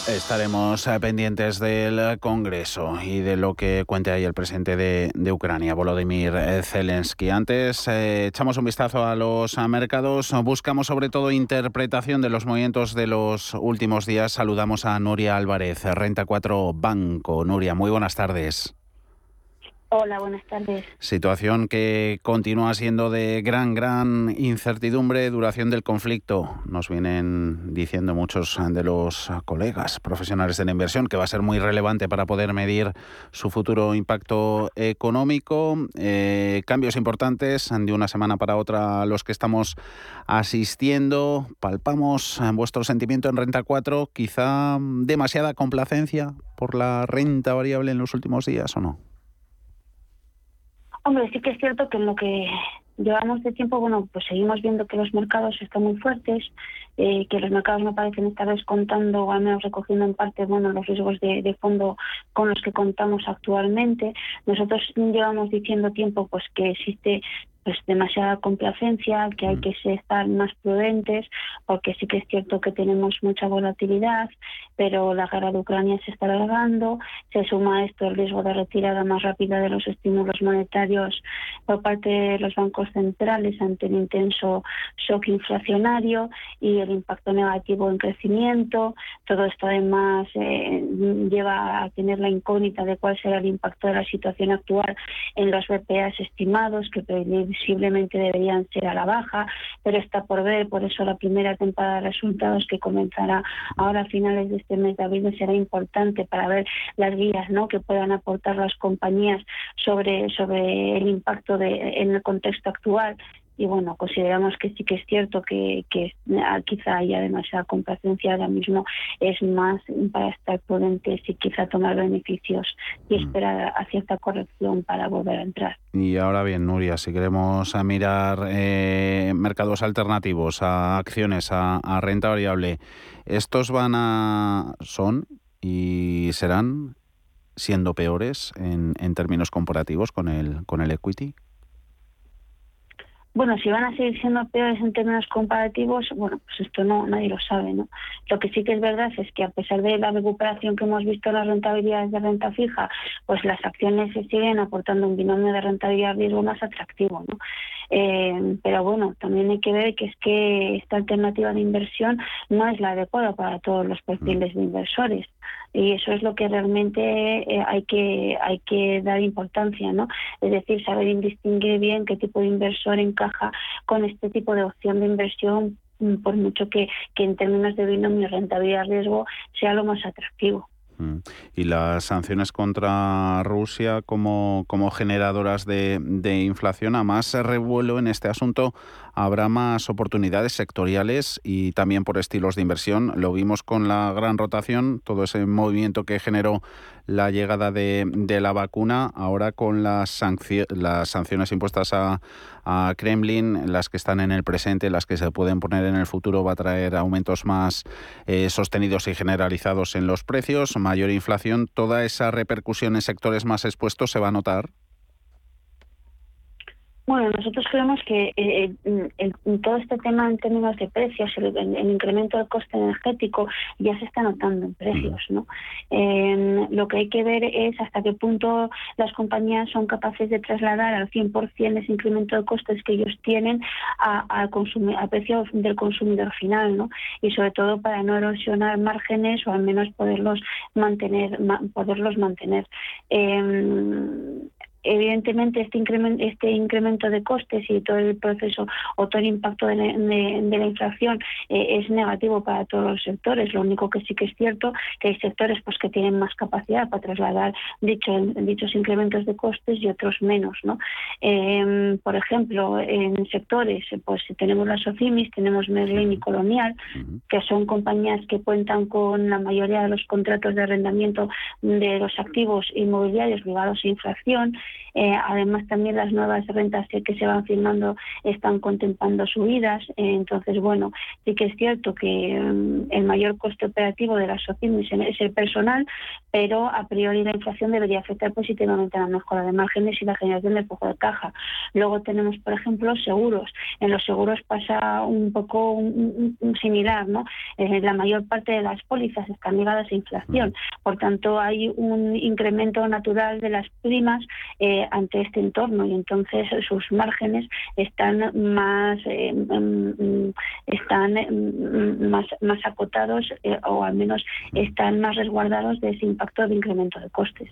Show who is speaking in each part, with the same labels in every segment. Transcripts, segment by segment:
Speaker 1: Estaremos pendientes del Congreso y de lo que cuente ahí el presidente de Ucrania, Volodymyr Zelensky. Antes, echamos un vistazo a los mercados. Buscamos sobre todo interpretación de los movimientos de los últimos días. Saludamos a Nuria Álvarez, Renta 4 Banco. Nuria, muy buenas tardes.
Speaker 2: Hola, buenas tardes.
Speaker 1: Situación que continúa siendo de gran incertidumbre, duración del conflicto. Nos vienen diciendo muchos de los colegas profesionales de la inversión que va a ser muy relevante para poder medir su futuro impacto económico. Cambios importantes de una semana para otra a los que estamos asistiendo. Palpamos vuestro sentimiento en Renta 4, quizá demasiada complacencia por la renta variable en los últimos días, ¿o no?
Speaker 2: Hombre, sí que es cierto que en lo que llevamos de tiempo, pues seguimos viendo que los mercados están muy fuertes, que los mercados no parecen estar descontando o al menos recogiendo en parte los riesgos de fondo con los que contamos actualmente. Nosotros llevamos diciendo tiempo pues que existe demasiada complacencia, que hay que estar más prudentes, porque sí que es cierto que tenemos mucha volatilidad, pero la guerra de Ucrania se está alargando, se suma a esto el riesgo de retirada más rápida de los estímulos monetarios por parte de los bancos centrales ante el intenso shock inflacionario y el impacto negativo en crecimiento. Todo esto además lleva a tener la incógnita de cuál será el impacto de la situación actual en los BPAs estimados, que previsiblemente deberían ser a la baja, pero está por ver. Por eso la primera temporada de resultados, que comenzará ahora a finales de este mes de abril, será importante para ver las guías, ¿no?, que puedan aportar las compañías sobre el impacto en el contexto actual. Y consideramos que sí que es cierto que quizá haya demasiada complacencia ahora mismo. Es más para estar prudentes y quizá tomar beneficios y esperar a cierta corrección para volver a entrar.
Speaker 1: Y ahora bien, Nuria, si queremos mirar mercados alternativos a acciones, a renta variable, ¿estos son y serán siendo peores en términos comparativos con el equity?
Speaker 2: Si van a seguir siendo peores en términos comparativos, pues esto nadie lo sabe, ¿no? Lo que sí que es verdad es que a pesar de la recuperación que hemos visto en las rentabilidades de renta fija, pues las acciones se siguen aportando un binomio de rentabilidad-riesgo más atractivo, ¿no? Pero también hay que ver que es que esta alternativa de inversión no es la adecuada para todos los perfiles de inversores. Y eso es lo que realmente hay que dar importancia, ¿no? Es decir, saber distinguir bien qué tipo de inversor encaja con este tipo de opción de inversión, por mucho que en términos de binomio rentabilidad-riesgo sea lo más atractivo.
Speaker 1: Y las sanciones contra Rusia como generadoras de inflación, a más revuelo en este asunto, habrá más oportunidades sectoriales y también por estilos de inversión. Lo vimos con la gran rotación, todo ese movimiento que generó la llegada de la vacuna. Ahora con las sanciones impuestas a Kremlin, las que están en el presente, las que se pueden poner en el futuro, va a traer aumentos más sostenidos y generalizados en los precios, mayor inflación. ¿Toda esa repercusión en sectores más expuestos se va a notar?
Speaker 2: Nosotros creemos que todo este tema en términos de precios, el incremento del coste energético ya se está notando en precios, ¿no? Lo que hay que ver es hasta qué punto las compañías son capaces de trasladar al 100% ese incremento de costes que ellos tienen al precio del consumidor final, ¿no? Y sobre todo para no erosionar márgenes o al menos poderlos mantener. Evidentemente este incremento de costes y todo el proceso o todo el impacto de la inflación es negativo para todos los sectores. Lo único que sí que es cierto que hay sectores pues que tienen más capacidad para trasladar dichos incrementos de costes y otros menos, ¿no? Por ejemplo, en sectores pues tenemos las SOCIMIS, tenemos Merlin y Colonial, que son compañías que cuentan con la mayoría de los contratos de arrendamiento de los activos inmobiliarios ligados a inflación, Además, también las nuevas rentas que se van firmando están contemplando subidas. Entonces, bueno, sí que es cierto que el mayor coste operativo de las SOCIMIS es el personal, pero a priori la inflación debería afectar positivamente a la mejora de márgenes y la generación de flujo de caja. Luego tenemos, por ejemplo, seguros. En los seguros pasa un poco similar, ¿no? La mayor parte de las pólizas están ligadas a inflación. Por tanto, hay un incremento natural de las primas ante este entorno, y entonces sus márgenes están más acotados, o al menos están más resguardados de ese impacto de incremento de costes.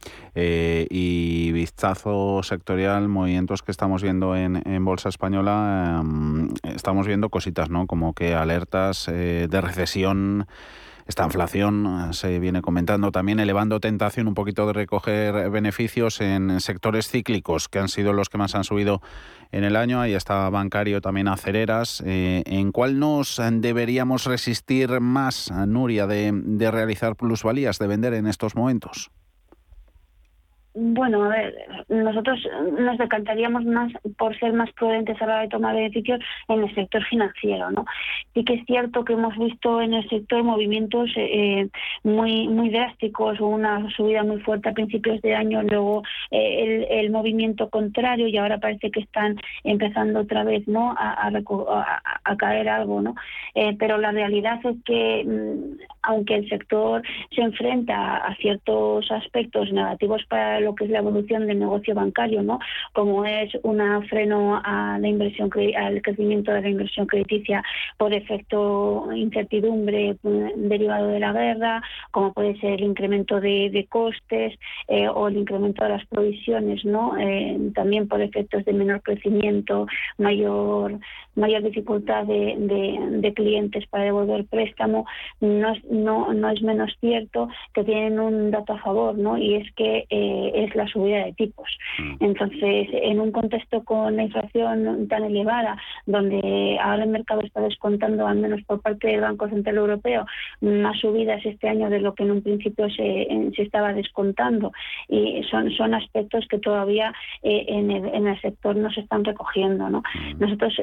Speaker 1: Y vistazo sectorial, movimientos que estamos viendo en Bolsa Española, estamos viendo cositas, ¿no? Como que alertas de recesión. Esta inflación se viene comentando también, elevando tentación un poquito de recoger beneficios en sectores cíclicos, que han sido los que más han subido en el año. Ahí está bancario, también acereras. ¿En cuál nos deberíamos resistir más, Nuria, de realizar plusvalías, de vender en estos momentos?
Speaker 2: Bueno, a ver, nosotros nos decantaríamos más por ser más prudentes a la hora de tomar beneficios en el sector financiero, ¿no? Sí que es cierto que hemos visto en el sector movimientos muy drásticos, una subida muy fuerte a principios de año, luego el movimiento contrario, y ahora parece que están empezando otra vez, ¿no?, a caer algo, ¿no? Pero la realidad es que aunque el sector se enfrenta a ciertos aspectos negativos para lo que es la evolución del negocio bancario, ¿no?, como es un freno a la inversión, al crecimiento de la inversión crediticia por efecto incertidumbre derivado de la guerra, como puede ser el incremento de costes o el incremento de las provisiones, ¿no?, también por efectos de menor crecimiento, mayor dificultad de clientes para devolver préstamo. No es menos cierto que tienen un dato a favor, ¿no?, y es que es la subida de tipos. Entonces, en un contexto con la inflación tan elevada, donde ahora el mercado está descontando, al menos por parte del Banco Central Europeo, más subidas este año de lo que en un principio se estaba descontando, y son aspectos que todavía en el sector no se están recogiendo, ¿no? Nosotros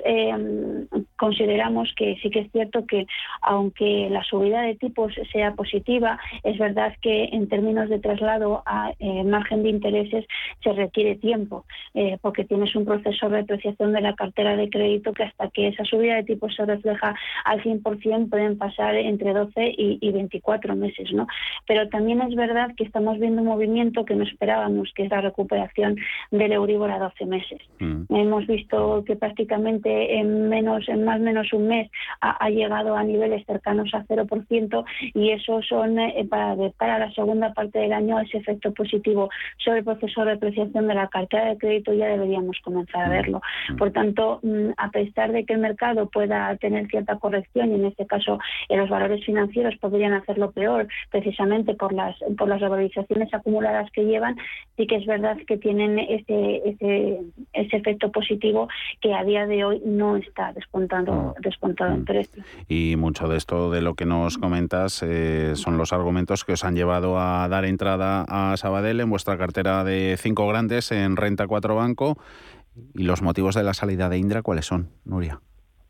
Speaker 2: consideramos que sí que es cierto que, aunque la subida de tipos sea positiva, es verdad que en términos de traslado a margen de intereses se requiere tiempo, porque tienes un proceso de apreciación de la cartera de crédito que, hasta que esa subida de tipos se refleja al 100%, pueden pasar entre 12 y 24 meses, ¿no? Pero también es verdad que estamos viendo un movimiento que no esperábamos, que es la recuperación del Euribor a 12 meses. Hemos visto que prácticamente en más o menos un mes ha llegado a niveles cercanos a 0%, y eso son para la segunda parte del año ese efecto positivo sobre el proceso de apreciación de la cartera de crédito ya deberíamos comenzar a verlo. Por tanto, a pesar de que el mercado pueda tener cierta corrección, y en este caso los valores financieros podrían hacerlo peor precisamente por las revalorizaciones acumuladas que llevan, sí que es verdad que tienen ese efecto positivo que a día de hoy no está descontado en precio.
Speaker 1: Y mucho de esto, de lo que nos comentas, son los argumentos que os han llevado a dar entrada a Sabadell en vuestra cartera de 5 grandes en Renta 4 Banco. ¿Y los motivos de la salida de Indra cuáles son, Nuria?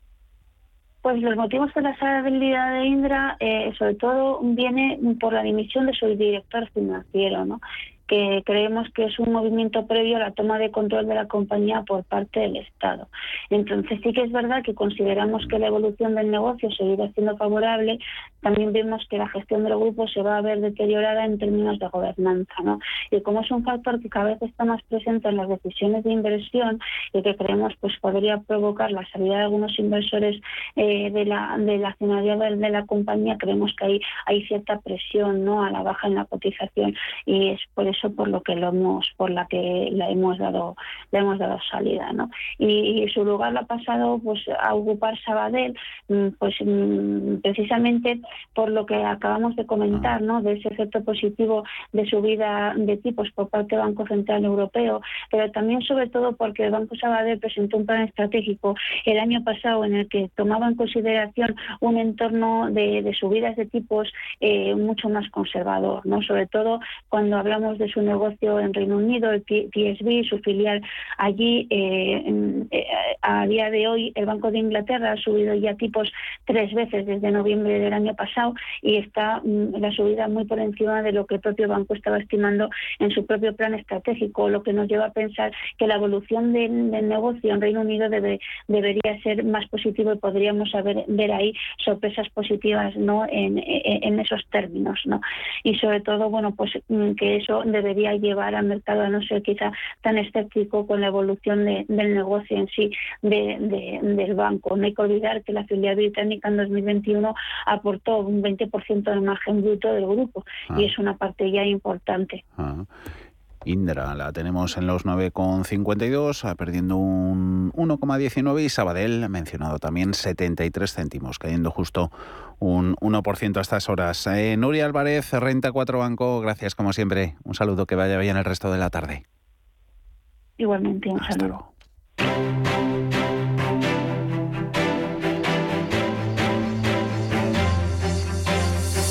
Speaker 2: Pues los motivos de la salida de Indra, sobre todo, viene por la dimisión de su director financiero, ¿no?, que creemos que es un movimiento previo a la toma de control de la compañía por parte del Estado. Entonces, sí que es verdad que consideramos que la evolución del negocio seguirá siendo favorable. También vemos que la gestión del grupo se va a ver deteriorada en términos de gobernanza, ¿no? Y como es un factor que cada vez está más presente en las decisiones de inversión, y que creemos pues podría provocar la salida de algunos inversores del accionariado de la compañía, creemos que hay cierta presión, ¿no?, a la baja en la cotización, y es por eso por la que le hemos dado salida, ¿no? Y su lugar lo ha pasado pues a ocupar Sabadell, pues precisamente por lo que acabamos de comentar, ¿no?, de ese efecto positivo de subida de tipos por parte del Banco Central Europeo, pero también sobre todo porque el Banco Sabadell presentó un plan estratégico el año pasado en el que tomaba en consideración un entorno de subidas de tipos mucho más conservador, ¿no?, sobre todo cuando hablamos de su negocio en Reino Unido, el TSB, su filial allí. A día de hoy el Banco de Inglaterra ha subido ya tipos 3 veces desde noviembre del año pasado y está la subida muy por encima de lo que el propio banco estaba estimando en su propio plan estratégico, lo que nos lleva a pensar que la evolución del negocio en Reino Unido debería ser más positivo y podríamos ver ahí sorpresas positivas, ¿no?, en esos términos, ¿no? Y sobre todo, bueno, pues que eso debería llevar al mercado a no ser quizá tan escéptico con la evolución del negocio en sí del banco. No hay que olvidar que la filial británica en 2021 aportó un 20% del margen bruto del grupo y es una parte ya importante.
Speaker 1: Indra la tenemos en los 9,52, perdiendo un 1,19, y Sabadell, mencionado también, 73 céntimos, cayendo justo un 1% a estas horas. Nuria Álvarez, Renta 4 Banco, gracias como siempre. Un saludo, que vaya bien el resto de la tarde.
Speaker 2: Igualmente, un
Speaker 1: Hasta
Speaker 2: saludo.
Speaker 1: luego.